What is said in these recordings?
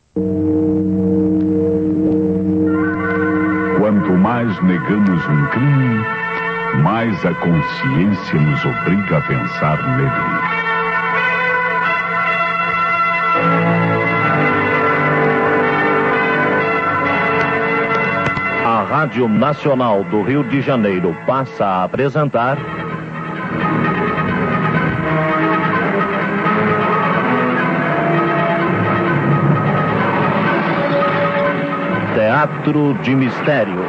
Quanto mais negamos um crime, mais a consciência nos obriga a pensar nele. A Rádio Nacional do Rio de Janeiro passa a apresentar... Teatro de Mistério.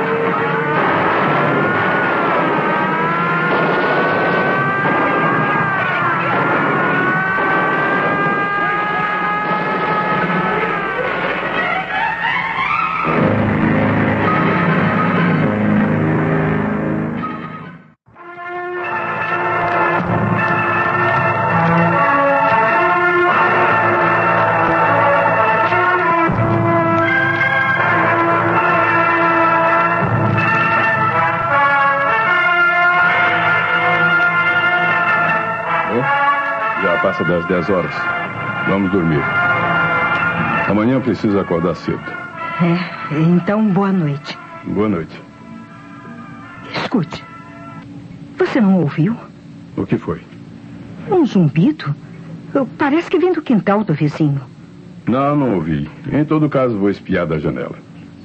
Passa das 10 horas. Vamos dormir. Amanhã preciso acordar cedo. Então boa noite. Boa noite. Escute. Você não ouviu? O que foi? Um zumbido? Parece que vem do quintal do vizinho. Não ouvi. Em todo caso, vou espiar da janela.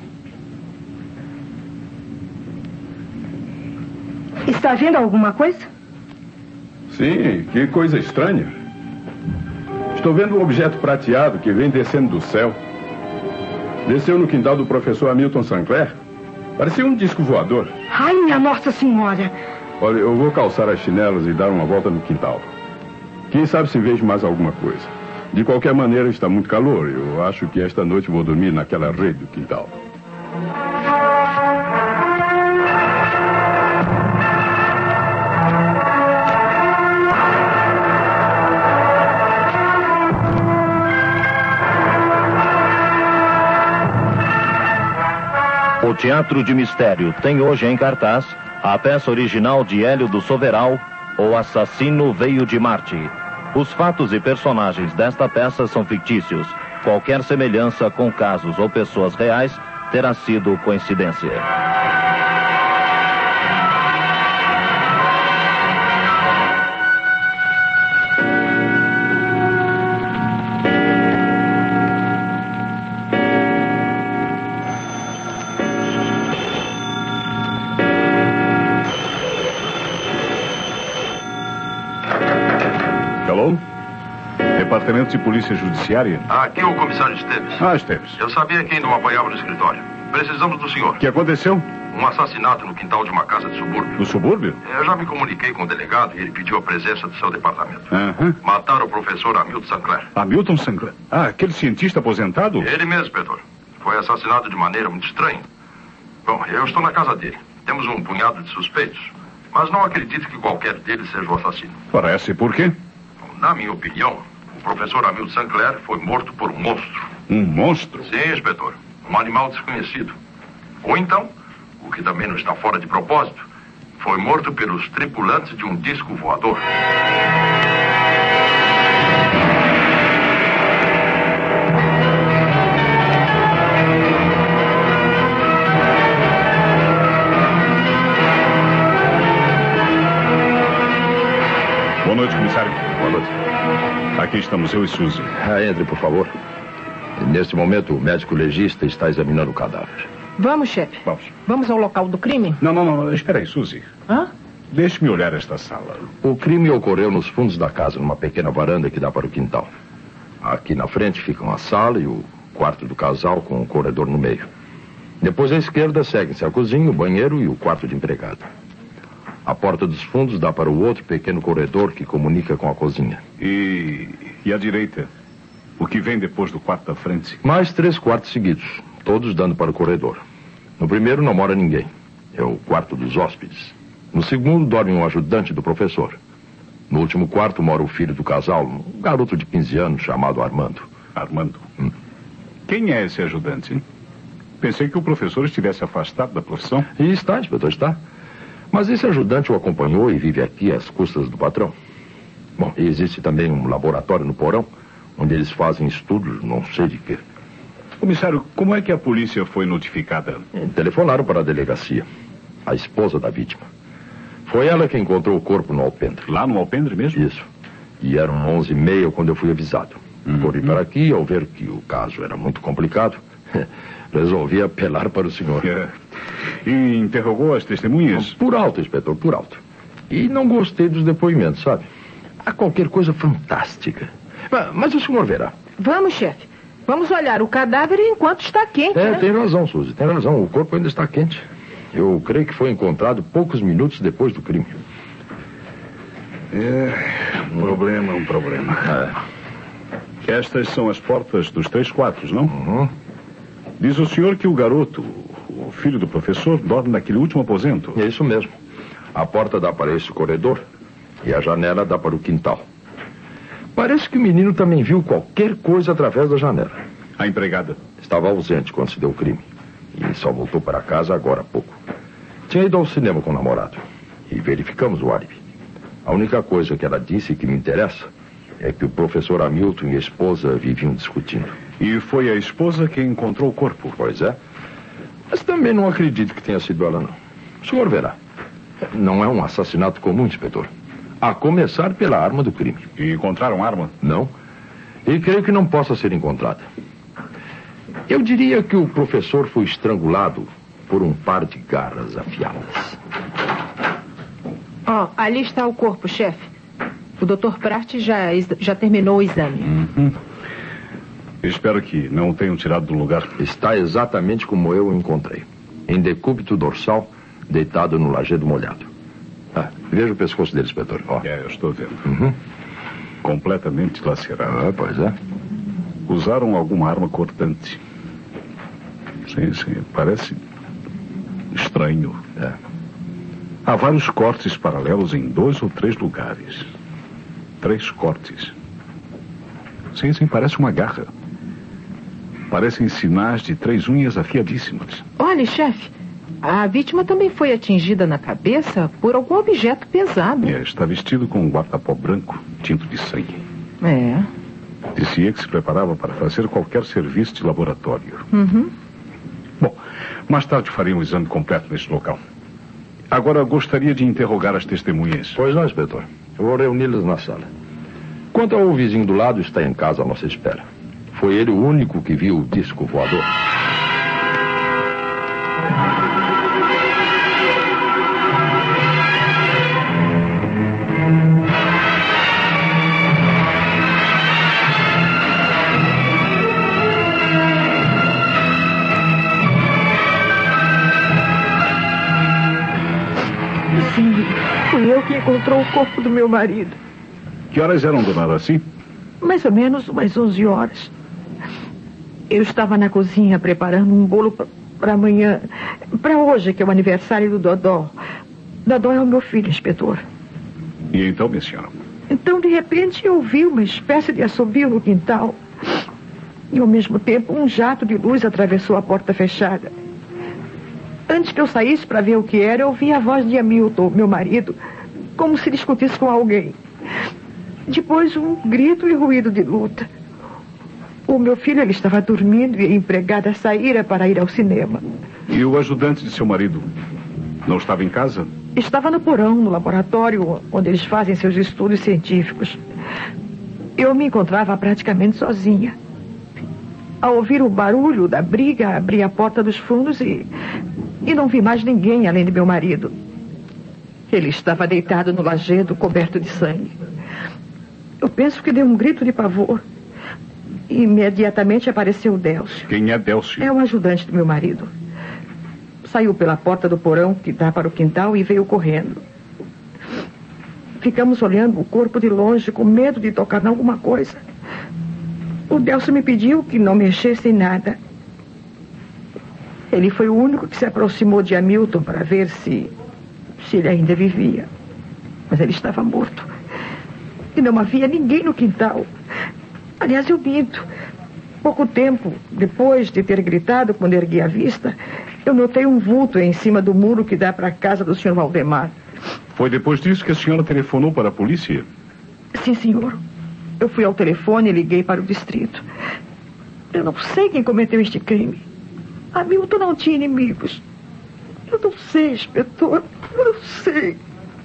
Está vendo alguma coisa? Sim, que coisa estranha. Estou vendo um objeto prateado que vem descendo do céu. Desceu no quintal do professor Hamilton Sinclair. Parecia um disco voador. Ai, minha Nossa Senhora! Olha, eu vou calçar as chinelas e dar uma volta no quintal. Quem sabe se vejo mais alguma coisa. De qualquer maneira, está muito calor. Eu acho que esta noite vou dormir naquela rede do quintal. O Teatro de Mistério tem hoje em cartaz a peça original de Hélio do Soveral, O Assassino Veio de Marte. Os fatos e personagens desta peça são fictícios. Qualquer semelhança com casos ou pessoas reais terá sido coincidência. Departamento de Polícia Judiciária? Aqui é o comissário Esteves. Esteves. Eu sabia que ainda o apoiava no escritório. Precisamos do senhor. O que aconteceu? Um assassinato no quintal de uma casa de subúrbio. No subúrbio? Eu já me comuniquei com o delegado e ele pediu a presença do seu departamento. Mataram o professor Hamilton Sinclair. Hamilton Sinclair? Aquele cientista aposentado? Ele mesmo, inspetor. Foi assassinado de maneira muito estranha. Bom, eu estou na casa dele. Temos um punhado de suspeitos. Mas não acredito que qualquer deles seja o assassino. Parece. Por quê? Na minha opinião, o professor Hamilton Sinclair foi morto por um monstro. Um monstro? Sim, inspetor. Um animal desconhecido. Ou então, o que também não está fora de propósito, foi morto pelos tripulantes de um disco voador. Boa noite, comissário. Boa noite. Aqui estamos eu e Suzy. Entre, por favor. Neste momento, o médico legista está examinando o cadáver. Vamos, chefe. Vamos ao local do crime? Não. Espera aí, Suzy. Deixe-me olhar esta sala. O crime ocorreu nos fundos da casa, numa pequena varanda que dá para o quintal. Aqui na frente ficam a sala e o quarto do casal, com o corredor no meio. Depois, à esquerda, seguem-se a cozinha, o banheiro e o quarto de empregado. A porta dos fundos dá para o outro pequeno corredor que comunica com a cozinha. E à direita? O que vem depois do quarto da frente? Mais 3 quartos seguidos, todos dando para o corredor. No primeiro não mora ninguém. É o quarto dos hóspedes. No segundo dorme um ajudante do professor. No último quarto mora o filho do casal, um garoto de 15 anos chamado Armando. Armando? Quem é esse ajudante, hein? Pensei que o professor estivesse afastado da profissão. E está, inspetor, está. Mas esse ajudante o acompanhou e vive aqui às custas do patrão. Bom, e existe também um laboratório no porão, onde eles fazem estudos, não sei de quê. Comissário, como é que a polícia foi notificada? Telefonaram para a delegacia. A esposa da vítima. Foi ela que encontrou o corpo no alpendre. Lá no alpendre mesmo? Isso. E eram 11h30 quando eu fui avisado. Corri para aqui, ao ver que o caso era muito complicado, resolvi apelar para o senhor. E interrogou as testemunhas? Por alto, inspetor, por alto. E não gostei dos depoimentos, sabe? Há qualquer coisa fantástica. Mas o senhor verá. Vamos, chefe. Vamos olhar o cadáver enquanto está quente, né? Tem razão, Suzy, tem razão. O corpo ainda está quente. Eu creio que foi encontrado poucos minutos depois do crime. Um problema. Estas são as portas dos 3 quartos, não? Diz o senhor que o garoto, o filho do professor, dorme naquele último aposento. É isso mesmo. A porta dá para esse corredor e a janela dá para o quintal. Parece que o menino também viu qualquer coisa através da janela. A empregada? Estava ausente quando se deu o crime. E só voltou para casa agora há pouco. Tinha ido ao cinema com o namorado. E verificamos o álibi. A única coisa que ela disse que me interessa é que o professor Hamilton e a esposa viviam discutindo. E foi a esposa quem encontrou o corpo? Pois é. Mas também não acredito que tenha sido ela, não. O senhor verá. Não é um assassinato comum, inspetor. A começar pela arma do crime. E encontraram arma? Não. E creio que não possa ser encontrada. Eu diria que o professor foi estrangulado por um par de garras afiadas. Ali está o corpo, chefe. O Dr. Pratt já terminou o exame. Espero que não o tenham tirado do lugar. Está exatamente como eu o encontrei. Em decúbito dorsal, deitado no lajedo molhado. Veja o pescoço dele, inspetor. Eu estou vendo. Completamente lacerado. Pois é. Usaram alguma arma cortante. Sim. Parece estranho. Há vários cortes paralelos em 2 ou 3 lugares. 3 cortes. Sim, parece uma garra. Parecem sinais de 3 unhas afiadíssimas. Olha, chefe, a vítima também foi atingida na cabeça por algum objeto pesado. Está vestido com um guardapó branco, tinto de sangue. Dizia que se preparava para fazer qualquer serviço de laboratório. Bom, mais tarde farei um exame completo neste local. Agora gostaria de interrogar as testemunhas. Pois não, inspetor. Eu vou reuni-las na sala. Quanto ao vizinho do lado, está em casa à nossa espera. Foi ele o único que viu o disco voador. Sim, fui eu que encontrou o corpo do meu marido. Que horas eram, dona Araci? Mais ou menos umas 11 horas. Eu estava na cozinha preparando um bolo para amanhã. Para hoje, que é o aniversário do Dodó. Dodó é o meu filho, inspetor. E então, minha senhora? Então, de repente, eu ouvi uma espécie de assobio no quintal. E, ao mesmo tempo, um jato de luz atravessou a porta fechada. Antes que eu saísse para ver o que era, eu ouvi a voz de Hamilton, meu marido, como se discutisse com alguém. Depois, um grito e ruído de luta. O meu filho, ele estava dormindo e a empregada saíra para ir ao cinema. E o ajudante de seu marido não estava em casa? Estava no porão, no laboratório, onde eles fazem seus estudos científicos. Eu me encontrava praticamente sozinha. Ao ouvir o barulho da briga, abri a porta dos fundos e não vi mais ninguém além de meu marido. Ele estava deitado no lajedo, coberto de sangue. Eu penso que deu um grito de pavor. E imediatamente apareceu o Délcio. Quem é Délcio? É o ajudante do meu marido. Saiu pela porta do porão que dá para o quintal e veio correndo. Ficamos olhando o corpo de longe, com medo de tocar em alguma coisa. O Délcio me pediu que não mexesse em nada. Ele foi o único que se aproximou de Hamilton para ver se ele ainda vivia. Mas ele estava morto. E não havia ninguém no quintal. Aliás, eu minto. Pouco tempo depois de ter gritado, quando ergui a vista, eu notei um vulto em cima do muro que dá para a casa do Sr. Valdemar. Foi depois disso que a senhora telefonou para a polícia? Sim, senhor. Eu fui ao telefone e liguei para o distrito. Eu não sei quem cometeu este crime. Hamilton não tinha inimigos. Eu não sei, inspetor. Eu não sei.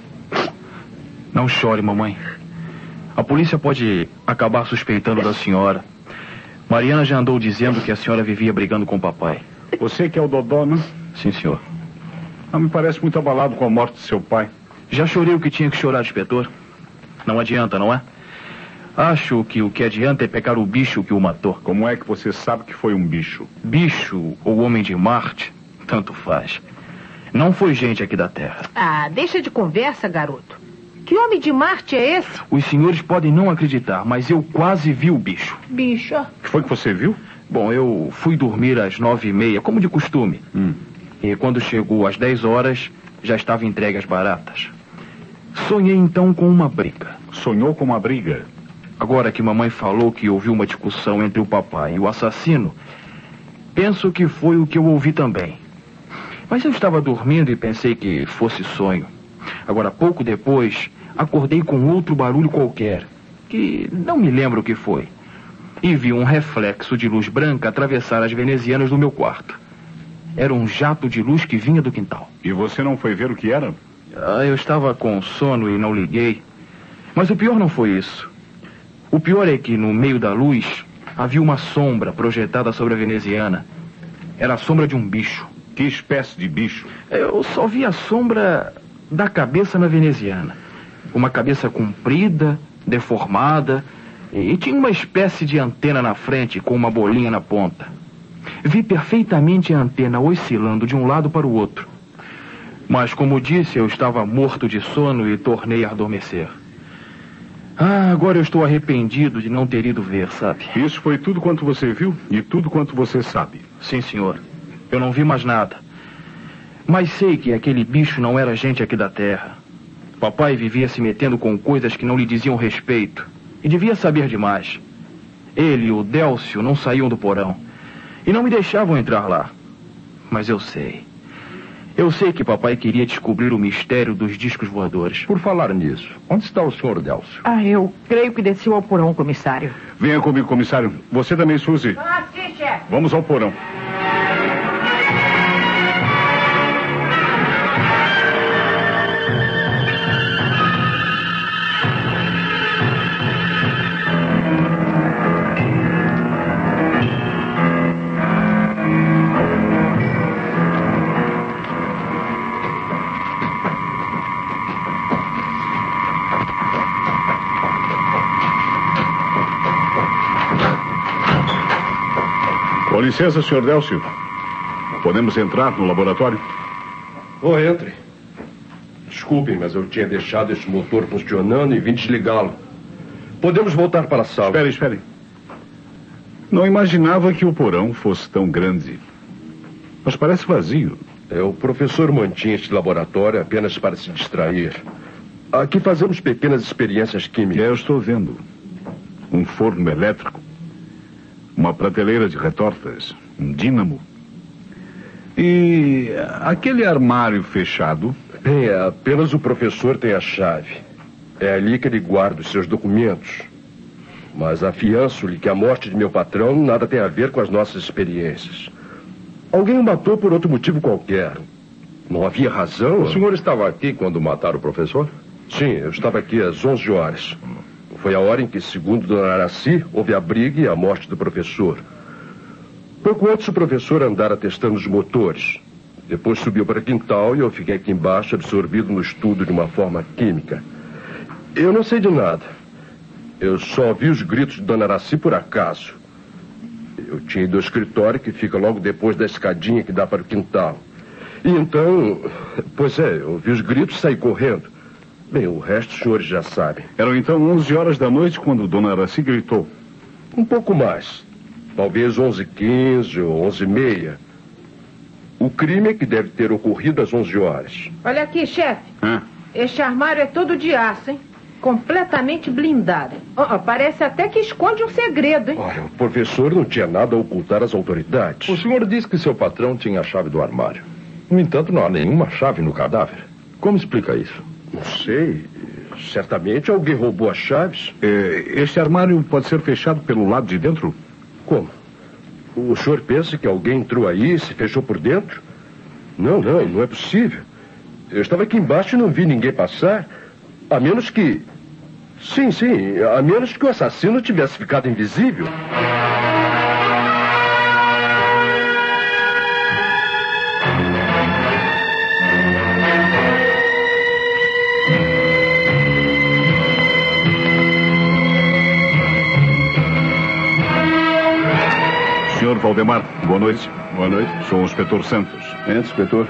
Não chore, mamãe. A polícia pode acabar suspeitando da senhora. Mariana já andou dizendo que a senhora vivia brigando com o papai. Você que é o Dodô, né? Sim, senhor. Não me parece muito abalado com a morte de seu pai. Já chorei o que tinha que chorar, inspetor. Não adianta, não é? Acho que o que adianta é pegar o bicho que o matou. Como é que você sabe que foi um bicho? Bicho ou homem de Marte, tanto faz. Não foi gente aqui da Terra. Ah, deixa de conversa, garoto. Que homem de Marte é esse? Os senhores podem não acreditar, mas eu quase vi o bicho. Bicho? O que foi que você viu? Bom, eu fui dormir às 9h30, como de costume. E quando chegou às 10 horas, já estava entregue as baratas. Sonhei então com uma briga. Sonhou com uma briga? Agora que mamãe falou que ouviu uma discussão entre o papai e o assassino, penso que foi o que eu ouvi também. Mas eu estava dormindo e pensei que fosse sonho. Agora, pouco depois, acordei com outro barulho qualquer, que não me lembro o que foi. E vi um reflexo de luz branca atravessar as venezianas do meu quarto. Era um jato de luz que vinha do quintal. E você não foi ver o que era? Eu estava com sono e não liguei. Mas o pior não foi isso. O pior é que, no meio da luz, havia uma sombra projetada sobre a veneziana. Era a sombra de um bicho. Que espécie de bicho? Eu só vi a sombra da cabeça na veneziana. Uma cabeça comprida, deformada, e tinha uma espécie de antena na frente com uma bolinha na ponta. Vi perfeitamente a antena oscilando de um lado para o outro. Mas, como disse, eu estava morto de sono e tornei a adormecer. Agora eu estou arrependido de não ter ido ver, sabe? Isso foi tudo quanto você viu e tudo quanto você sabe? Sim, senhor. Eu não vi mais nada. Mas sei que aquele bicho não era gente aqui da Terra. Papai vivia se metendo com coisas que não lhe diziam respeito. E devia saber demais. Ele e o Délcio não saíam do porão. E não me deixavam entrar lá. Mas eu sei. Eu sei que papai queria descobrir o mistério dos discos voadores. Por falar nisso, onde está o senhor Délcio? Eu creio que desceu ao porão, comissário. Venha comigo, comissário. Você também, Suzy. Sim, chefe. Vamos ao porão. Com licença, senhor Délcio. Podemos entrar no laboratório? Entre. Desculpem, mas eu tinha deixado esse motor funcionando e vim desligá-lo. Podemos voltar para a sala. Espere. Não imaginava que o porão fosse tão grande. Mas parece vazio. O professor mantinha este laboratório apenas para se distrair. Aqui fazemos pequenas experiências químicas. Eu estou vendo. Um forno elétrico. Uma prateleira de retortas. Um dínamo. E aquele armário fechado? Bem, apenas o professor tem a chave. É ali que ele guarda os seus documentos. Mas afianço-lhe que a morte de meu patrão nada tem a ver com as nossas experiências. Alguém o matou por outro motivo qualquer. Não havia razão. O senhor estava aqui quando mataram o professor? Sim, eu estava aqui às 11 horas. Foi a hora em que, segundo Dona Araci, houve a briga e a morte do professor. Pouco antes, o professor andara testando os motores. Depois subiu para o quintal e eu fiquei aqui embaixo, absorvido no estudo de uma forma química. Eu não sei de nada. Eu só ouvi os gritos de Dona Araci por acaso. Eu tinha ido ao escritório, que fica logo depois da escadinha que dá para o quintal. E então, eu ouvi os gritos e saí correndo. Bem, o resto os senhores já sabem. Eram então 11 horas da noite quando Dona Araci gritou. Um pouco mais. Talvez 11h15 ou 11h30. O crime é que deve ter ocorrido às 11 horas. Olha aqui, chefe. Este armário é todo de aço, hein? Completamente blindado. Parece até que esconde um segredo, hein? Olha, o professor não tinha nada a ocultar às autoridades. O senhor disse que seu patrão tinha a chave do armário. No entanto, não há nenhuma chave no cadáver. Como explica isso? Não sei. Certamente alguém roubou as chaves. Este armário pode ser fechado pelo lado de dentro? Como? O senhor pensa que alguém entrou aí e se fechou por dentro? Não é possível. Eu estava aqui embaixo e não vi ninguém passar. A menos que... Sim, a menos que o assassino tivesse ficado invisível. Senhor Valdemar, boa noite. Boa noite. Sou o inspetor Santos. Entra, inspetor.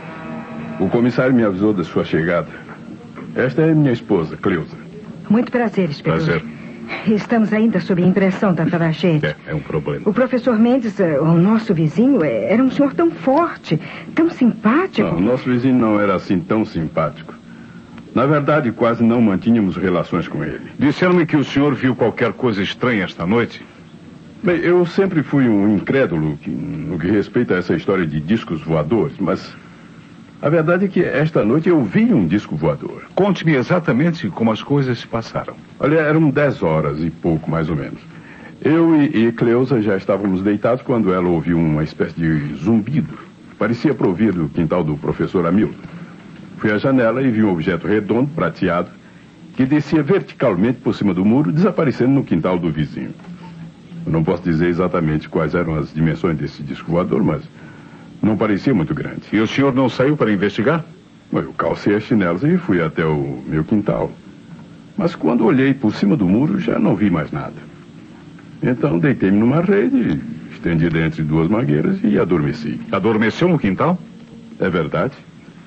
O comissário me avisou da sua chegada. Esta é minha esposa, Cleusa. Muito prazer, inspetor. Prazer. Estamos ainda sob a impressão da tragédia. É um problema. O professor Mendes, o nosso vizinho, era um senhor tão forte, tão simpático. Não, o nosso vizinho não era assim tão simpático. Na verdade, quase não mantínhamos relações com ele. Disseram-me que o senhor viu qualquer coisa estranha esta noite. Bem, eu sempre fui um incrédulo no que respeita a essa história de discos voadores, mas a verdade é que esta noite eu vi um disco voador. Conte-me exatamente como as coisas se passaram. Olha, eram 10 horas e pouco, mais ou menos. Eu e Cleusa já estávamos deitados quando ela ouviu uma espécie de zumbido. Parecia provir do quintal do professor Hamilton. Fui à janela e vi um objeto redondo, prateado, que descia verticalmente por cima do muro, desaparecendo no quintal do vizinho. Eu não posso dizer exatamente quais eram as dimensões desse disco voador, mas não parecia muito grande. E o senhor não saiu para investigar? Eu calcei as chinelas e fui até o meu quintal. Mas quando olhei por cima do muro, já não vi mais nada. Então deitei-me numa rede, estendida entre duas mangueiras, e adormeci. Adormeceu no quintal? É verdade.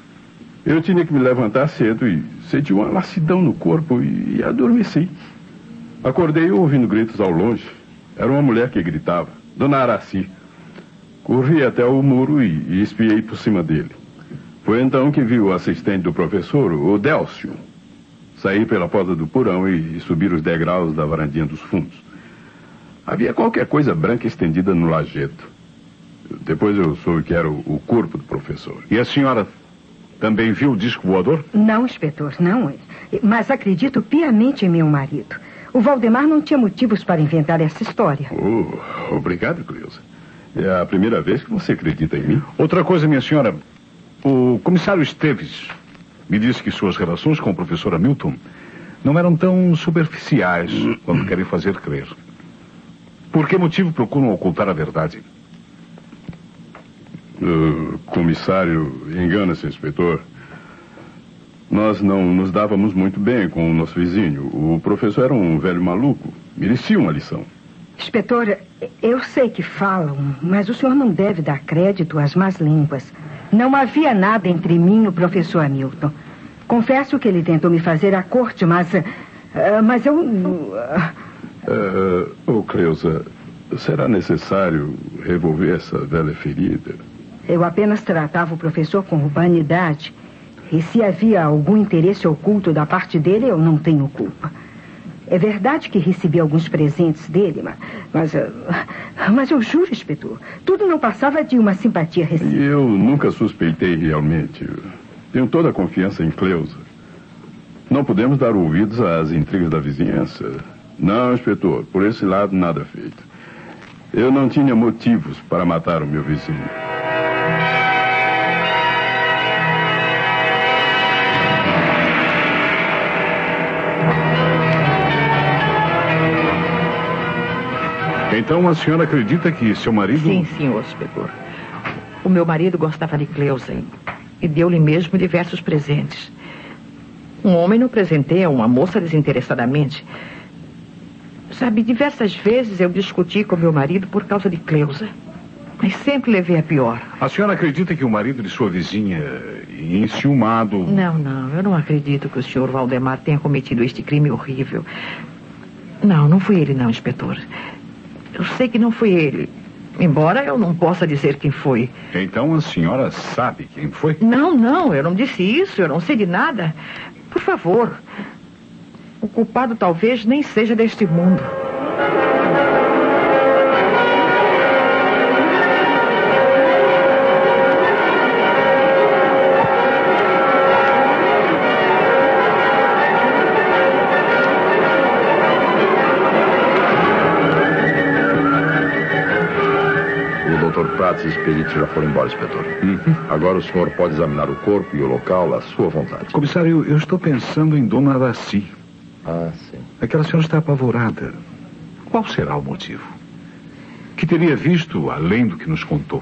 Eu tinha que me levantar cedo e senti uma lassidão no corpo e adormeci. Acordei ouvindo gritos ao longe. Era uma mulher que gritava, Dona Araci. Corri até o muro e espiei por cima dele. Foi então que vi o assistente do professor, o Délcio, sair pela porta do porão e subir os degraus da varandinha dos fundos. Havia qualquer coisa branca estendida no lajedo. Depois eu soube que era o corpo do professor. E a senhora também viu o disco voador? Não, inspetor, não. Mas acredito piamente em meu marido. O Valdemar não tinha motivos para inventar essa história. Obrigado, Cleusa. É a primeira vez que você acredita em mim. Outra coisa, minha senhora. O comissário Esteves me disse que suas relações com o professor Hamilton não eram tão superficiais quanto querem fazer crer. Por que motivo procuram ocultar a verdade? Comissário, engana-se, inspetor. Nós não nos dávamos muito bem com o nosso vizinho. O professor era um velho maluco. Merecia uma lição. Inspetor, eu sei que falam, mas o senhor não deve dar crédito às más línguas. Não havia nada entre mim e o professor Hamilton. Confesso que ele tentou me fazer à corte, mas eu... Cleusa, será necessário revolver essa velha ferida? Eu apenas tratava o professor com urbanidade. E se havia algum interesse oculto da parte dele, eu não tenho culpa. É verdade que recebi alguns presentes dele, mas eu juro, inspetor, tudo não passava de uma simpatia recíproca. Eu nunca suspeitei realmente. Tenho toda a confiança em Cleusa. Não podemos dar ouvidos às intrigas da vizinhança. Não, inspetor, por esse lado nada feito. Eu não tinha motivos para matar o meu vizinho. Então a senhora acredita que seu marido... Sim, senhor inspetor. O meu marido gostava de Cleusa e deu-lhe mesmo diversos presentes. Um homem não presenteia uma moça desinteressadamente. Sabe, diversas vezes eu discuti com meu marido por causa de Cleusa. Mas sempre levei a pior. A senhora acredita que o marido de sua vizinha, enciumado... Não, eu não acredito que o senhor Valdemar tenha cometido este crime horrível. Não foi ele não, inspetor. Eu sei que não foi ele. Embora eu não possa dizer quem foi. Então a senhora sabe quem foi? Não, eu não disse isso. Eu não sei de nada. Por favor. O culpado talvez nem seja deste mundo. Dr. Prats e os peritos já foram embora, inspetor. Agora o senhor pode examinar o corpo e o local à sua vontade. Comissário, eu estou pensando em Dona Araci. Ah, sim. Aquela senhora está apavorada. Qual será o motivo? Que teria visto além do que nos contou?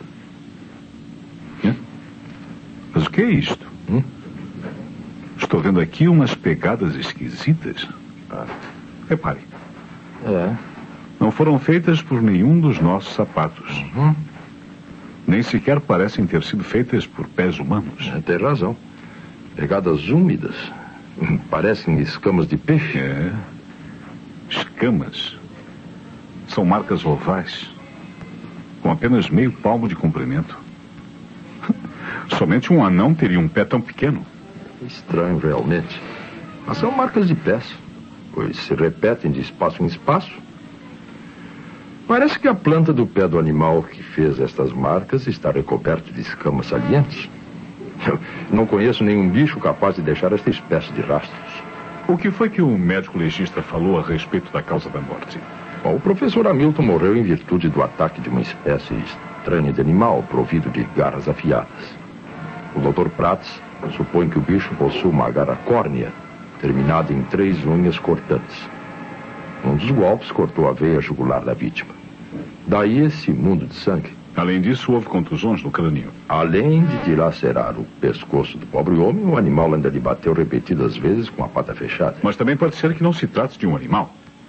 Mas o que é isto? Estou vendo aqui umas pegadas esquisitas. Repare. Não foram feitas por nenhum dos nossos sapatos. Nem sequer parecem ter sido feitas por pés humanos. Tem razão. Pegadas úmidas. Parecem escamas de peixe. Escamas. São marcas ovais, com apenas meio palmo de comprimento. Somente um anão teria um pé tão pequeno. Estranho, realmente. Mas são marcas de pés, pois se repetem de espaço em espaço. Parece que a planta do pé do animal que fez estas marcas está recoberta de escamas salientes. Eu não conheço nenhum bicho capaz de deixar esta espécie de rastros. O que foi que o médico legista falou a respeito da causa da morte? Bom, o professor Hamilton morreu em virtude do ataque de uma espécie estranha de animal provido de garras afiadas. O Dr. Prats supõe que o bicho possui uma garra córnea, terminada em 3 unhas cortantes. Um dos golpes cortou a veia jugular da vítima. Daí esse mundo de sangue. Além disso, houve contusões no crânio. Além de dilacerar o pescoço do pobre homem, o animal ainda lhe bateu repetidas vezes com a pata fechada. Mas também pode ser que não se trate de um animal.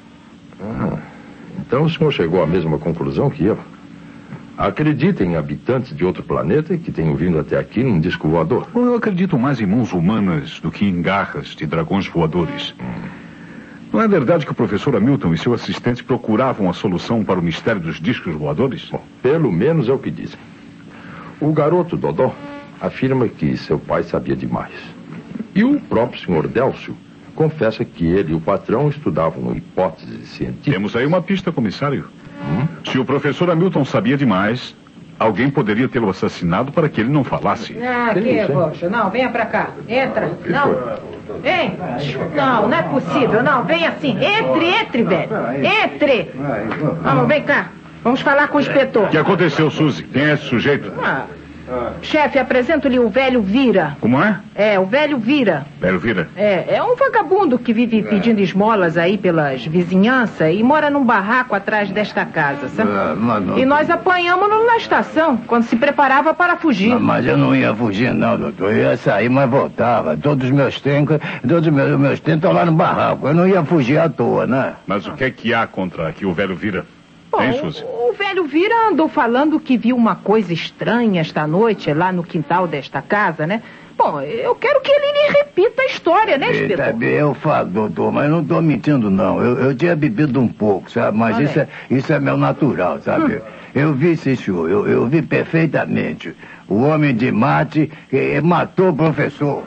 Então o senhor chegou à mesma conclusão que eu. Acredita em habitantes de outro planeta que tenham vindo até aqui num disco voador? Eu acredito mais em mãos humanas do que em garras de dragões voadores. Não é verdade que o professor Hamilton e seu assistente procuravam a solução para o mistério dos discos voadores? Bom, pelo menos é o que dizem. O garoto Dodó afirma que seu pai sabia demais. E o próprio senhor Délcio confessa que ele e o patrão estudavam hipóteses científicas. Temos aí uma pista, comissário. Se o professor Hamilton sabia demais, alguém poderia tê-lo assassinado para que ele não falasse. Aqui, poxa. Não, venha pra cá. Entra. Não. Vem. Não é possível. Não, vem assim. Entre, velho. Entre. Vamos, vem cá. Vamos falar com o inspetor. O que aconteceu, Suzy? Quem é esse sujeito? Chefe, apresento-lhe o velho Vira. Como é? É, o velho Vira. Velho Vira? É um vagabundo que vive pedindo esmolas aí pelas vizinhanças e mora num barraco atrás desta casa, sabe? E nós apanhamos-no na estação, quando se preparava para fugir. Mas eu não ia fugir não, doutor. Eu ia sair, mas voltava. Todos os meus trens estão lá no barraco. Eu não ia fugir à toa, né? Mas o que é que há contra que o velho Vira? Bom, o velho Vira andou falando que viu uma coisa estranha esta noite lá no quintal desta casa, né? Bom, eu quero que ele lhe repita a história, né, inspetor? Eu falo, doutor, mas não estou mentindo, não. Eu tinha bebido um pouco, sabe? Mas isso é meu natural, sabe? Eu vi, sim, senhor. Eu vi perfeitamente. O homem de Marte matou o professor.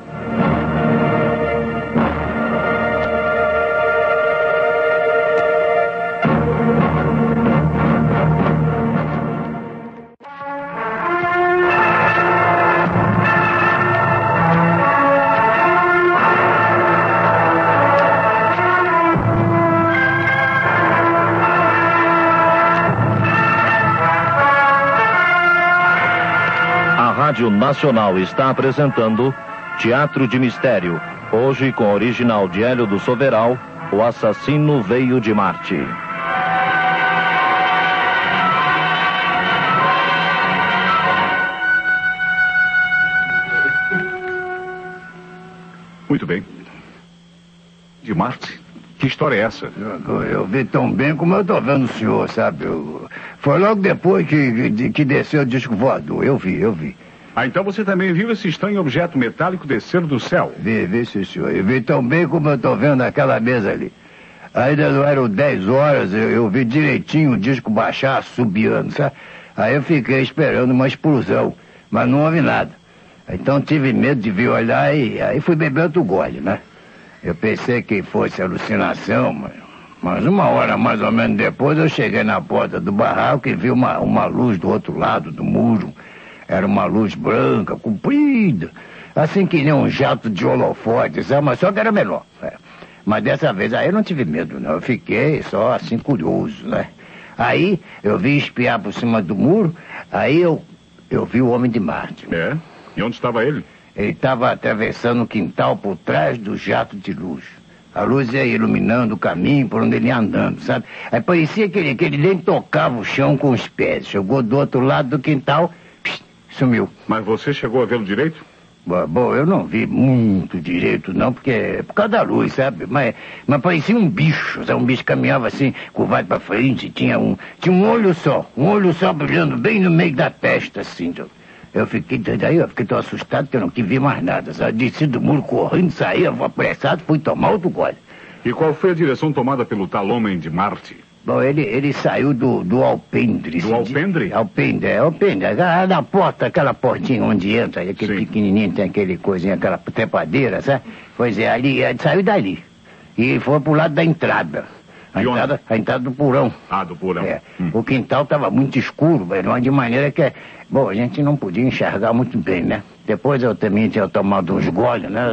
Rádio Nacional está apresentando Teatro de Mistério, hoje com o original de Hélio do Soveral, O Assassino Veio de Marte. Muito bem. De Marte? Que história é essa? Eu vi tão bem como eu tô vendo o senhor, sabe? Foi logo depois que desceu o disco voador. Eu vi. Então você também viu esse estranho objeto metálico descer do céu? Vi, sim, senhor. Eu vi tão bem como eu tô vendo aquela mesa ali. Ainda não eram 10 horas, eu vi direitinho o disco baixar, subiando, sabe? Aí eu fiquei esperando uma explosão, mas não houve nada. Então tive medo de vir olhar e aí fui beber outro gole, né? Eu pensei que fosse alucinação, mas 1 hora mais ou menos depois eu cheguei na porta do barraco e vi uma luz do outro lado do muro. Era uma luz branca, comprida, assim que nem um jato de holofote, sabe? Mas só que era menor. Mas dessa vez aí eu não tive medo, não. Eu fiquei só assim curioso, né? Aí eu vi espiar por cima do muro, aí eu vi o Homem de Marte. É? E onde estava ele? Ele estava atravessando o quintal por trás do jato de luz. A luz ia iluminando o caminho por onde ele ia andando, sabe? Aí parecia que ele nem tocava o chão com os pés. Chegou do outro lado do quintal, sumiu. Mas você chegou a vê-lo direito? Bom, eu não vi muito direito, não, porque é por causa da luz, sabe? Mas parecia um bicho, sabe? Um bicho caminhava assim, curvado pra frente, tinha um olho só brilhando bem no meio da testa, assim. Eu fiquei tão assustado que eu não quis ver mais nada, sabe? Desci do muro correndo, saí, apressado, fui tomar outro gole. E qual foi a direção tomada pelo tal Homem de Marte? Bom, ele saiu do alpendre. Do alpendre? Alpendre. Na porta, aquela portinha onde entra, aquele pequenininho, tem aquele coisinha, aquela trepadeira, sabe? Pois é, ele saiu dali. E foi pro lado da entrada. A entrada do porão. Ah, do porão. É. O quintal estava muito escuro, velho, de maneira que... Bom, a gente não podia enxergar muito bem, né? Depois eu também tinha tomado uns goles, né?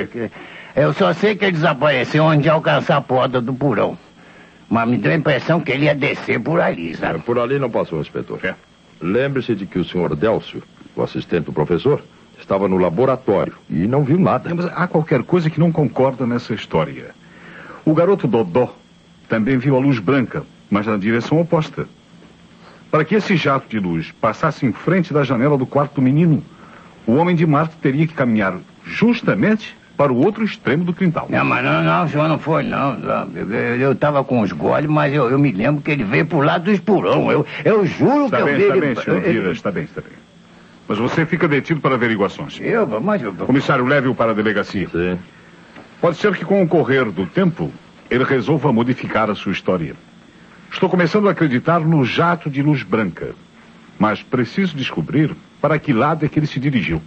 Eu só sei que ele desapareceu onde alcançar a porta do porão. Mas me deu a impressão que ele ia descer por ali, sabe? Por ali não passou, inspetor. Lembre-se de que o senhor Délcio, o assistente do professor, estava no laboratório e não viu nada. Mas há qualquer coisa que não concorda nessa história. O garoto Dodó também viu a luz branca, mas na direção oposta. Para que esse jato de luz passasse em frente da janela do quarto do menino, o Homem de Marte teria que caminhar justamente para o outro extremo do quintal. Não, o senhor não foi, não. Eu estava com os goles, mas eu me lembro que ele veio pro lado do esporão. Eu juro que eu vi... Está bem, senhor Vira, está bem. Mas você fica detido para averiguações. Comissário, leve-o para a delegacia. Sim. Pode ser que com o correr do tempo, ele resolva modificar a sua história. Estou começando a acreditar no jato de luz branca, mas preciso descobrir para que lado é que ele se dirigiu.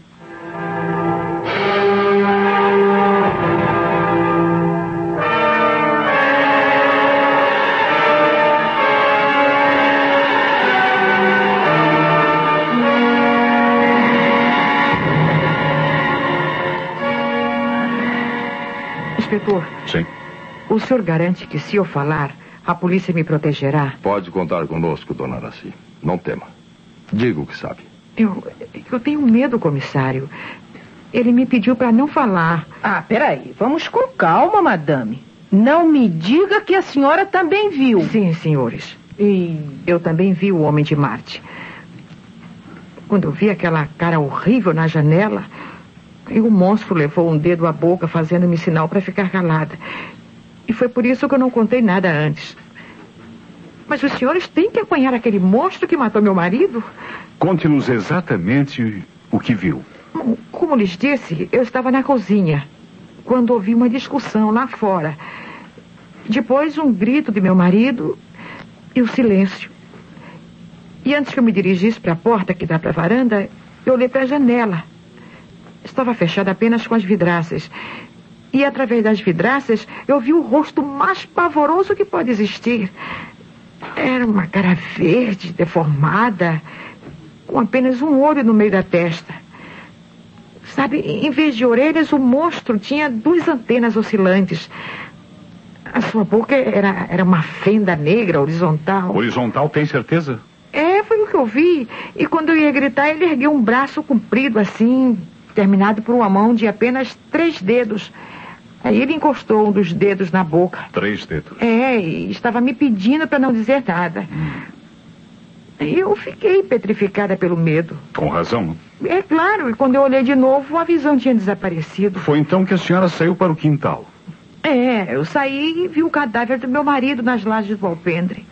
Inspetor. Sim. O senhor garante que se eu falar, a polícia me protegerá? Pode contar conosco, dona Araci. Não tema. Diga o que sabe. Eu tenho medo, comissário. Ele me pediu para não falar. Ah, peraí. Vamos com calma, madame. Não me diga que a senhora também viu. Sim, senhores. E eu também vi o Homem de Marte. Quando eu vi aquela cara horrível na janela, e o monstro levou um dedo à boca, fazendo-me sinal para ficar calada. E foi por isso que eu não contei nada antes. Mas os senhores têm que apanhar aquele monstro que matou meu marido? Conte-nos exatamente o que viu. Como lhes disse, eu estava na cozinha, quando ouvi uma discussão lá fora. Depois, um grito de meu marido e o silêncio. E antes que eu me dirigisse para a porta que dá para a varanda, eu olhei para a janela. Estava fechada apenas com as vidraças. E através das vidraças, eu vi o rosto mais pavoroso que pode existir. Era uma cara verde, deformada, com apenas um olho no meio da testa. Sabe, em vez de orelhas, o monstro tinha 2 antenas oscilantes. A sua boca era uma fenda negra, horizontal. Horizontal, tem certeza? Foi o que eu vi. E quando eu ia gritar, ele ergueu um braço comprido assim, terminado por uma mão de apenas 3 dedos. Aí ele encostou um dos dedos na boca. 3 dedos? E estava me pedindo para não dizer nada. Eu fiquei petrificada pelo medo. Com razão. É claro, e quando eu olhei de novo, a visão tinha desaparecido. Foi então que a senhora saiu para o quintal? Eu saí e vi o cadáver do meu marido nas lajes do alpendre.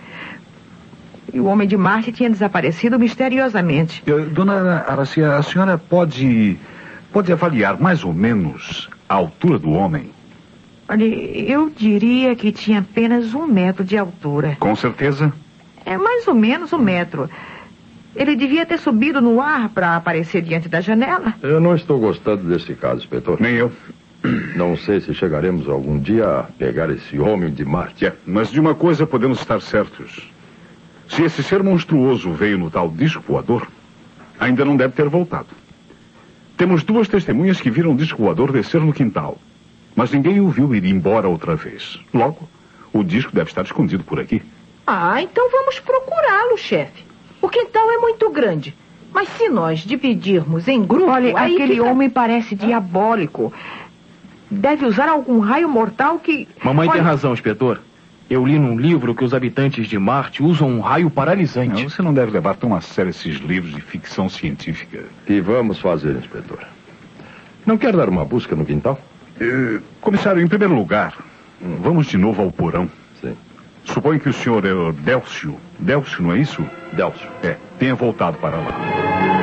E o Homem de Marte tinha desaparecido misteriosamente. Dona Araci, a senhora pode avaliar mais ou menos a altura do homem? Olha, eu diria que tinha apenas 1 metro de altura. Com certeza? Mais ou menos 1 metro. Ele devia ter subido no ar para aparecer diante da janela. Eu não estou gostando desse caso, inspetor. Nem eu. Não sei se chegaremos algum dia a pegar esse Homem de Marte. Mas de uma coisa podemos estar certos. Se esse ser monstruoso veio no tal disco voador, ainda não deve ter voltado. Temos 2 testemunhas que viram o disco voador descer no quintal. Mas ninguém o viu ir embora outra vez. Logo, o disco deve estar escondido por aqui. Ah, então vamos procurá-lo, chefe. O quintal é muito grande. Mas se nós dividirmos em grupo... Olha, aquele homem parece diabólico. Deve usar algum raio mortal que... Mamãe tem razão, inspetor. Eu li num livro que os habitantes de Marte usam um raio paralisante. Não, você não deve levar tão a sério esses livros de ficção científica. Que vamos fazer, inspetor? Não quer dar uma busca no quintal? Comissário, em primeiro lugar, vamos de novo ao porão. Sim. Suponho que o senhor é o Délcio. Délcio, não é isso? Délcio. Tenha voltado para lá.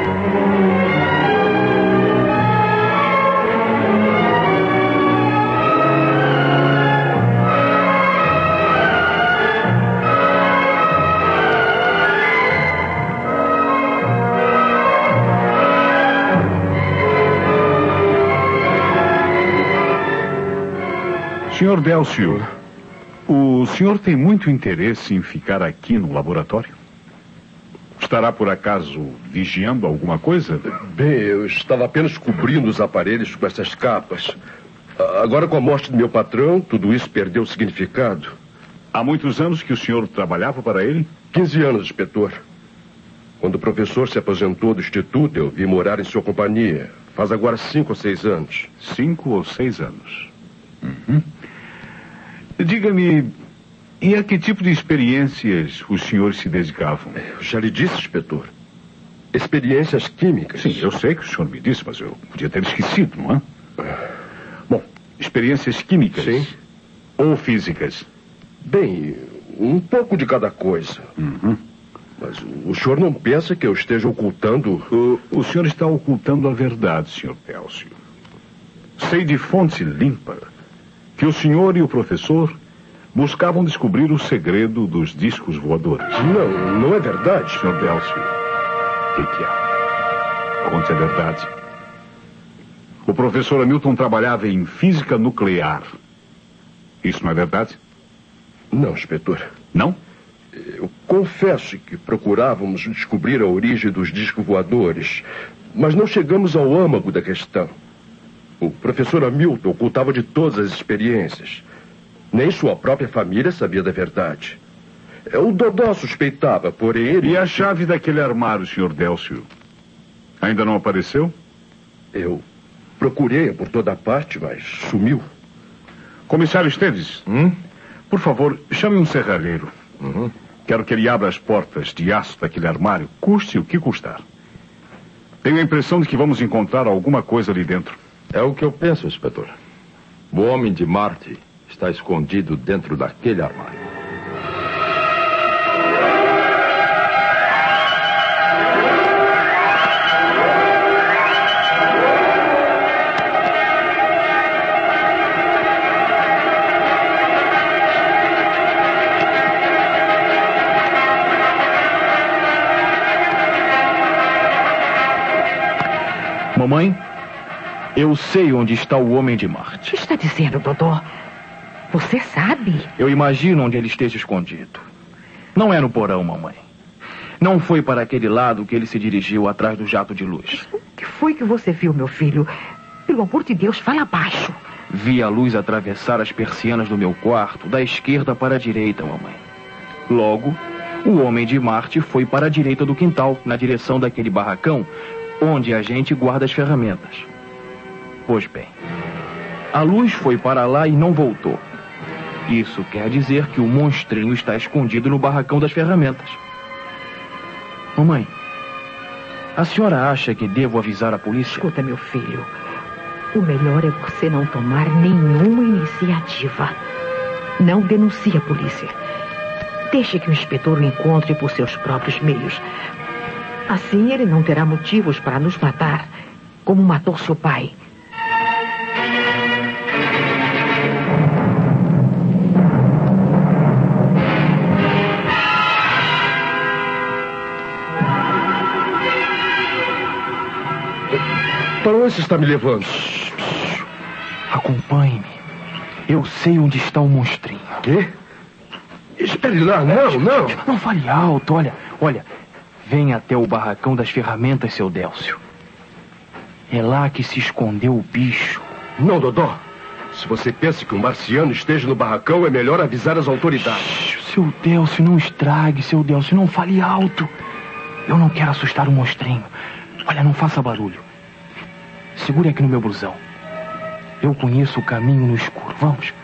Senhor Délcio, o senhor tem muito interesse em ficar aqui no laboratório? Estará, por acaso, vigiando alguma coisa? Bem, eu estava apenas cobrindo os aparelhos com essas capas. Agora, com a morte do meu patrão, tudo isso perdeu o significado. Há muitos anos que o senhor trabalhava para ele? 15 anos, inspetor. Quando o professor se aposentou do instituto, eu vim morar em sua companhia. Faz agora 5 ou 6 anos. 5 ou 6 anos. Uhum. Diga-me, e a que tipo de experiências os senhores se dedicavam? Eu já lhe disse, inspetor. Experiências químicas. Sim, eu sei que o senhor me disse, mas eu podia ter esquecido, não é? Bom, experiências químicas. Sim. Ou físicas? Bem, um pouco de cada coisa. Uhum. Mas o senhor não pensa que eu esteja ocultando... O senhor está ocultando a verdade, senhor Délcio. Sei de fonte limpa que o senhor e o professor buscavam descobrir o segredo dos discos voadores. Não é verdade. Senhor Délcio, o que há? Conte a verdade. O professor Hamilton trabalhava em física nuclear. Isso não é verdade? Não, inspetor. Não? Eu confesso que procurávamos descobrir a origem dos discos voadores, mas não chegamos ao âmago da questão. O professor Hamilton ocultava de todas as experiências. Nem sua própria família sabia da verdade. O Dodó suspeitava, porém ele... E a chave daquele armário, senhor Délcio? Ainda não apareceu? Eu procurei por toda parte, mas sumiu. Comissário Esteves, por favor, chame um serralheiro. Uhum. Quero que ele abra as portas de aço daquele armário, custe o que custar. Tenho a impressão de que vamos encontrar alguma coisa ali dentro. É o que eu penso, inspetor. O homem de Marte está escondido dentro daquele armário. Mamãe, eu sei onde está o homem de Marte. O que está dizendo, Dodó? Você sabe? Eu imagino onde ele esteja escondido. Não é no porão, mamãe. Não foi para aquele lado que ele se dirigiu atrás do jato de luz. O que foi que você viu, meu filho? Pelo amor de Deus, fala baixo. Vi a luz atravessar as persianas do meu quarto, da esquerda para a direita, mamãe. Logo, o homem de Marte foi para a direita do quintal, na direção daquele barracão, onde a gente guarda as ferramentas. Pois bem, a luz foi para lá e não voltou. Isso quer dizer que o monstrinho está escondido no barracão das ferramentas. Mamãe, a senhora acha que devo avisar a polícia? Escuta, meu filho, o melhor é você não tomar nenhuma iniciativa. Não denuncie a polícia. Deixe que o inspetor o encontre por seus próprios meios. Assim ele não terá motivos para nos matar, como matou seu pai. Para onde você está me levando? Acompanhe-me. Eu sei onde está o monstrinho. Quê? Espere lá, não. Não fale alto, olha. Venha até o barracão das ferramentas, seu Délcio. É lá que se escondeu o bicho. Não, Dodó. Se você pensa que um marciano esteja no barracão, é melhor avisar as autoridades. Seu Délcio, não estrague, seu Délcio, não fale alto. Eu não quero assustar o monstrinho. Olha, não faça barulho. Segure aqui no meu blusão. Eu conheço o caminho no escuro. Vamos.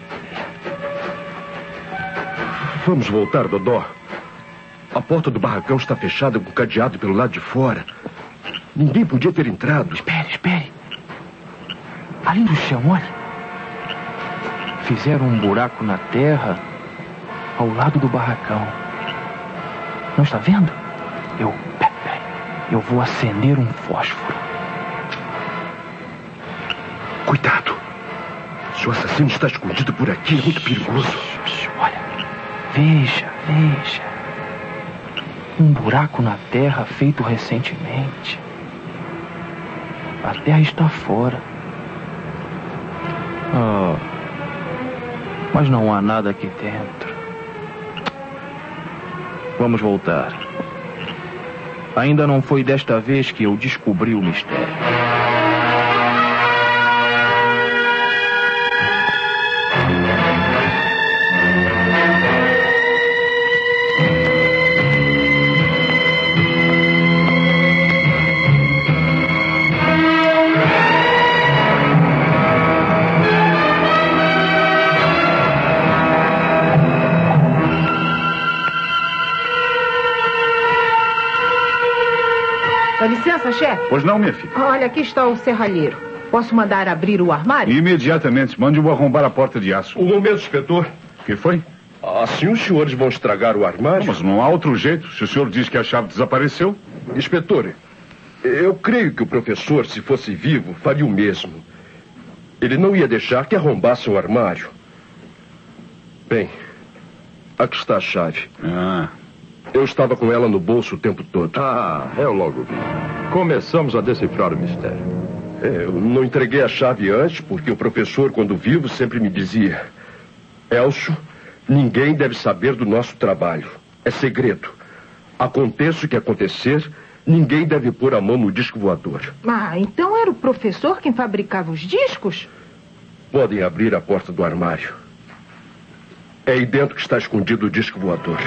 Vamos voltar, Dodó. A porta do barracão está fechada com cadeado pelo lado de fora. Ninguém podia ter entrado. Espere. Ali no chão, olha. Fizeram um buraco na terra ao lado do barracão. Não está vendo? Eu vou acender um fósforo. Cuidado. Se o assassino está escondido por aqui, é muito perigoso. Olha, veja. Um buraco na terra feito recentemente. A terra está fora. Mas não há nada aqui dentro. Vamos voltar. Ainda não foi desta vez que eu descobri o mistério. Dá licença, chefe? Pois não, minha filha. Olha, aqui está o serralheiro. Posso mandar abrir o armário? Imediatamente. Mande-o arrombar a porta de aço. Um momento, inspetor. O que foi? Assim os senhores vão estragar o armário? Mas não há outro jeito. Se o senhor diz que a chave desapareceu... Inspetor, eu creio que o professor, se fosse vivo, faria o mesmo. Ele não ia deixar que arrombasse o armário. Bem, aqui está a chave. Eu estava com ela no bolso o tempo todo. Eu logo vi. Começamos a decifrar o mistério. Eu não entreguei a chave antes, porque o professor, quando vivo, sempre me dizia: Elcio, ninguém deve saber do nosso trabalho. É segredo. Aconteça o que acontecer, ninguém deve pôr a mão no disco voador. Então era o professor quem fabricava os discos? Podem abrir a porta do armário. É aí dentro que está escondido o disco voador.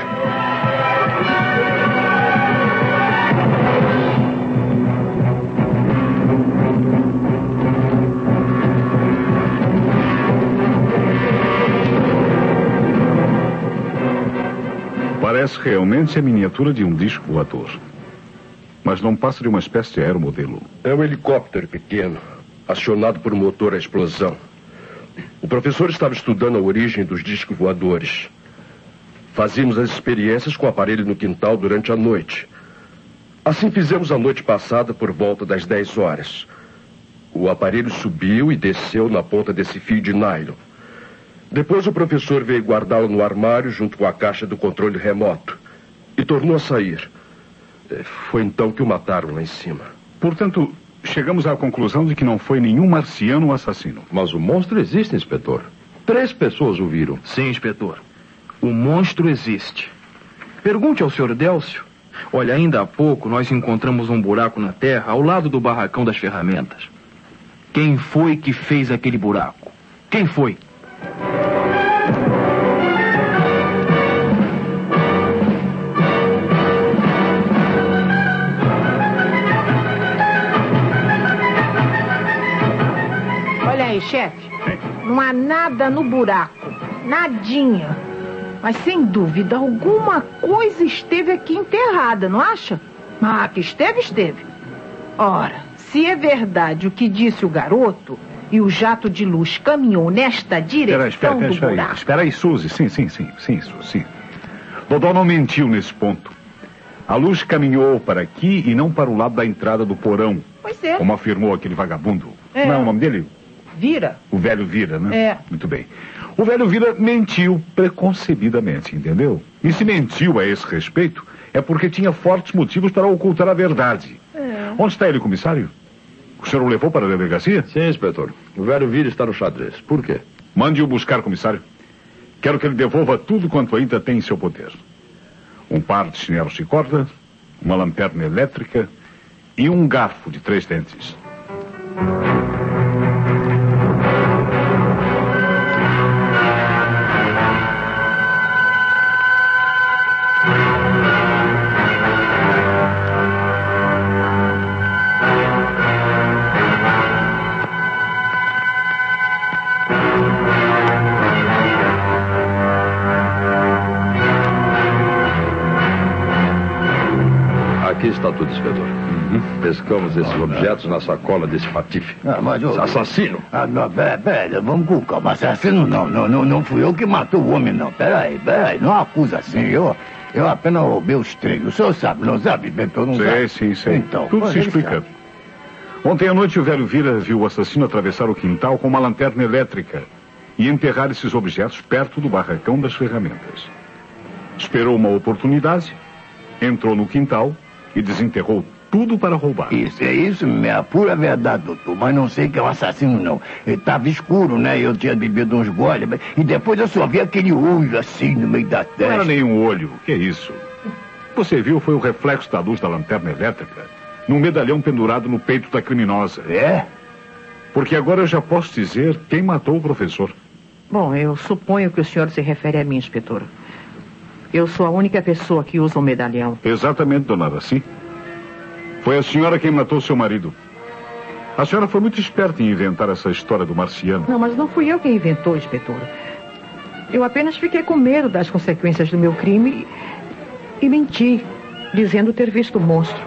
Parece realmente a miniatura de um disco voador. Mas não passa de uma espécie de aeromodelo. É um helicóptero pequeno, acionado por um motor à explosão. O professor estava estudando a origem dos discos voadores. Fazíamos as experiências com o aparelho no quintal durante a noite. Assim fizemos a noite passada por volta das 10 horas. O aparelho subiu e desceu na ponta desse fio de nylon. Depois o professor veio guardá-lo no armário junto com a caixa do controle remoto. E tornou a sair. Foi então que o mataram lá em cima. Portanto, chegamos à conclusão de que não foi nenhum marciano o assassino. Mas o monstro existe, inspetor. 3 pessoas o viram. Sim, inspetor. O monstro existe. Pergunte ao Sr. Délcio. Olha, ainda há pouco nós encontramos um buraco na terra ao lado do barracão das ferramentas. Quem foi que fez aquele buraco? Quem foi? Olha aí, chefe. Não há nada no buraco. Nadinha. Mas sem dúvida alguma coisa esteve aqui enterrada, não acha? Que esteve. Ora, se é verdade o que disse o garoto e o jato de luz caminhou nesta direção do buraco... Espera aí, Suzy. Sim, Suzy. Dodó não mentiu nesse ponto. A luz caminhou para aqui e não para o lado da entrada do porão. Pois é. Como afirmou aquele vagabundo. Como é o nome dele? Vira. O velho Vira, né? É. Muito bem. O velho Vira mentiu preconcebidamente, entendeu? E se mentiu a esse respeito, é porque tinha fortes motivos para ocultar a verdade. Onde está ele, comissário? O senhor o levou para a delegacia? Sim, inspetor. O velho Vira está no xadrez. Por quê? Mande-o buscar, comissário. Quero que ele devolva tudo quanto ainda tem em seu poder. Um par de chinelos de corda, uma lanterna elétrica e um garfo de 3 dentes. Aqui está tudo, inspetor. Pescamos esses objetos na sacola desse patife. Mas assassino. Não, pera, vamos com calma. Assassino não fui eu que matou o homem, não. Peraí, não acusa assim. Eu apenas roubei os trens. O senhor sabe, não sabe, inspetor? Não sabe? Sim. Então, tudo se explica. Ontem à noite o velho Vira viu o assassino atravessar o quintal com uma lanterna elétrica e enterrar esses objetos perto do barracão das ferramentas. Esperou uma oportunidade, entrou no quintal e desenterrou tudo para roubar. Isso é a pura verdade, doutor. Mas não sei que é um assassino, não. Ele estava escuro, né? Eu tinha bebido uns goles, e depois eu só vi aquele olho assim no meio da testa. Não era nenhum olho. Que é isso? Você viu foi o reflexo da luz da lanterna elétrica num medalhão pendurado no peito da criminosa. É? Porque agora eu já posso dizer quem matou o professor. Bom, eu suponho que o senhor se refere a mim, inspetor. Eu sou a única pessoa que usa um medalhão. Exatamente, dona Araci. Foi a senhora quem matou seu marido. A senhora foi muito esperta em inventar essa história do marciano. Não, mas não fui eu quem inventou, inspetor. Eu apenas fiquei com medo das consequências do meu crime e menti, dizendo ter visto o monstro.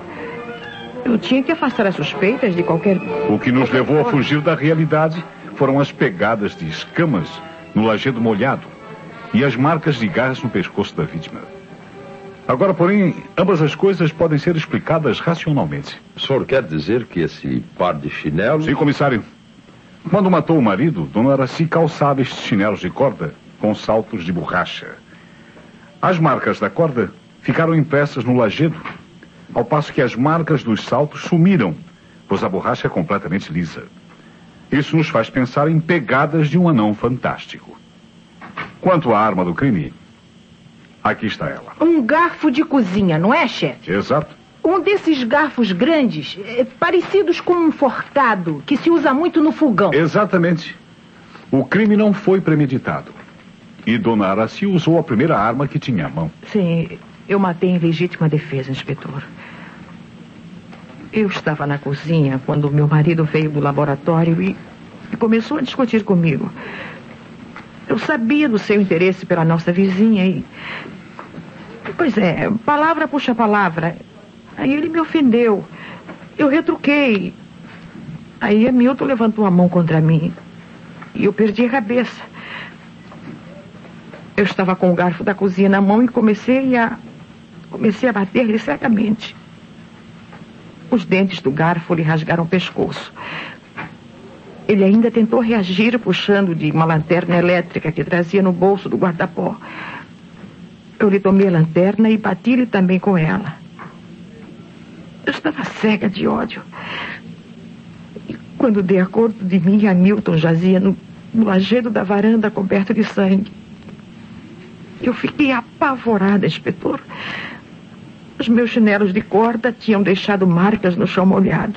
Eu tinha que afastar as suspeitas de qualquer... O que nos levou a fugir da realidade foram as pegadas de escamas no lajedo molhado e as marcas de garras no pescoço da vítima. Agora, porém, ambas as coisas podem ser explicadas racionalmente. O senhor quer dizer que esse par de chinelos... Sim, comissário. Quando matou o marido, dona Araci calçava estes chinelos de corda com saltos de borracha. As marcas da corda ficaram impressas no lajedo, ao passo que as marcas dos saltos sumiram, pois a borracha é completamente lisa. Isso nos faz pensar em pegadas de um anão fantástico. Quanto à arma do crime, aqui está ela. Um garfo de cozinha, não é, chefe? Exato. Um desses garfos grandes, parecidos com um forcado, que se usa muito no fogão. Exatamente. O crime não foi premeditado. E dona Araci usou a primeira arma que tinha à mão. Sim, eu matei em legítima defesa, inspetor. Eu estava na cozinha quando meu marido veio do laboratório e começou a discutir comigo. Eu sabia do seu interesse pela nossa vizinha e... Pois é, palavra puxa palavra. Aí ele me ofendeu. Eu retruquei. Aí Hamilton levantou a mão contra mim. E eu perdi a cabeça. Eu estava com o garfo da cozinha na mão e comecei a bater-lhe cegamente. Os dentes do garfo lhe rasgaram o pescoço. Ele ainda tentou reagir puxando de uma lanterna elétrica que trazia no bolso do guarda-pó. Eu lhe tomei a lanterna e bati-lhe também com ela. Eu estava cega de ódio. E quando dei acordo de mim, Hamilton jazia no lajedo da varanda coberto de sangue. Eu fiquei apavorada, inspetor. Os meus chinelos de corda tinham deixado marcas no chão molhado.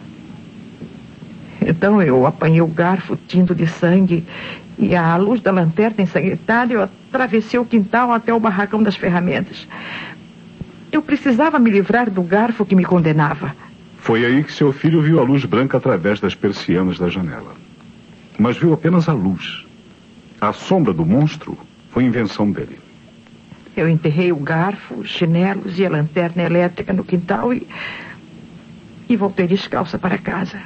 Então eu apanhei o garfo tinto de sangue e à luz da lanterna ensanguentada eu atravessei o quintal até o barracão das ferramentas. Eu precisava me livrar do garfo que me condenava. Foi aí que seu filho viu a luz branca através das persianas da janela. Mas viu apenas a luz. A sombra do monstro foi invenção dele. Eu enterrei o garfo, os chinelos e a lanterna elétrica no quintal e voltei descalça para casa.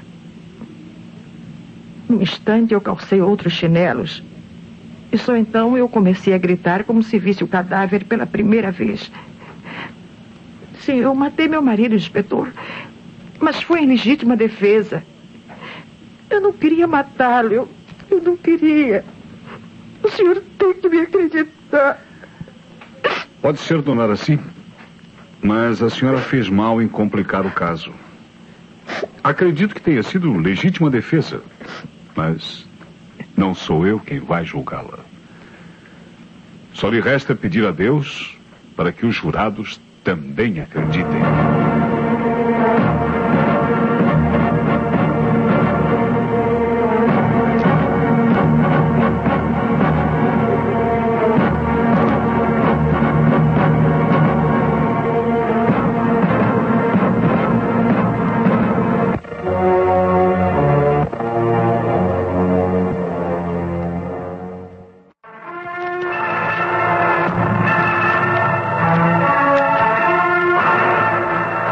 Num instante eu calcei outros chinelos. E só então eu comecei a gritar como se visse o cadáver pela primeira vez. Sim, eu matei meu marido, inspetor. Mas foi em legítima defesa. Eu não queria matá-lo. Eu não queria. O senhor tem que me acreditar. Pode ser, dona Araci, mas a senhora fez mal em complicar o caso. Acredito que tenha sido legítima defesa, mas não sou eu quem vai julgá-la. Só lhe resta pedir a Deus para que os jurados também acreditem.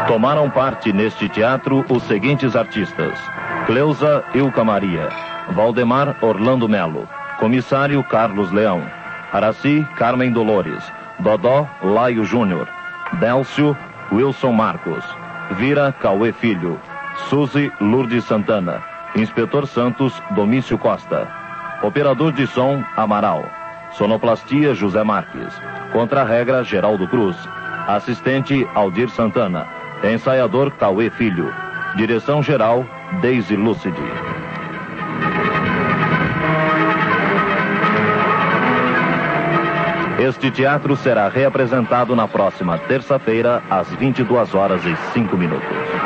Tomaram parte neste teatro os seguintes artistas: Cleusa Ilka Maria, Valdemar Orlando Melo, Comissário Carlos Leão, Araci Carmen Dolores, Dodó Laio Júnior, Délcio Wilson Marcos, Vira Cauê Filho, Suzy Lourdes Santana, Inspetor Santos Domício Costa, Operador de som Amaral, Sonoplastia José Marques, Contra-regra Geraldo Cruz, Assistente Aldir Santana, Ensaiador Cauê Filho, Direção Geral Deise Lúcide. Este teatro será reapresentado na próxima terça-feira, às 22h05.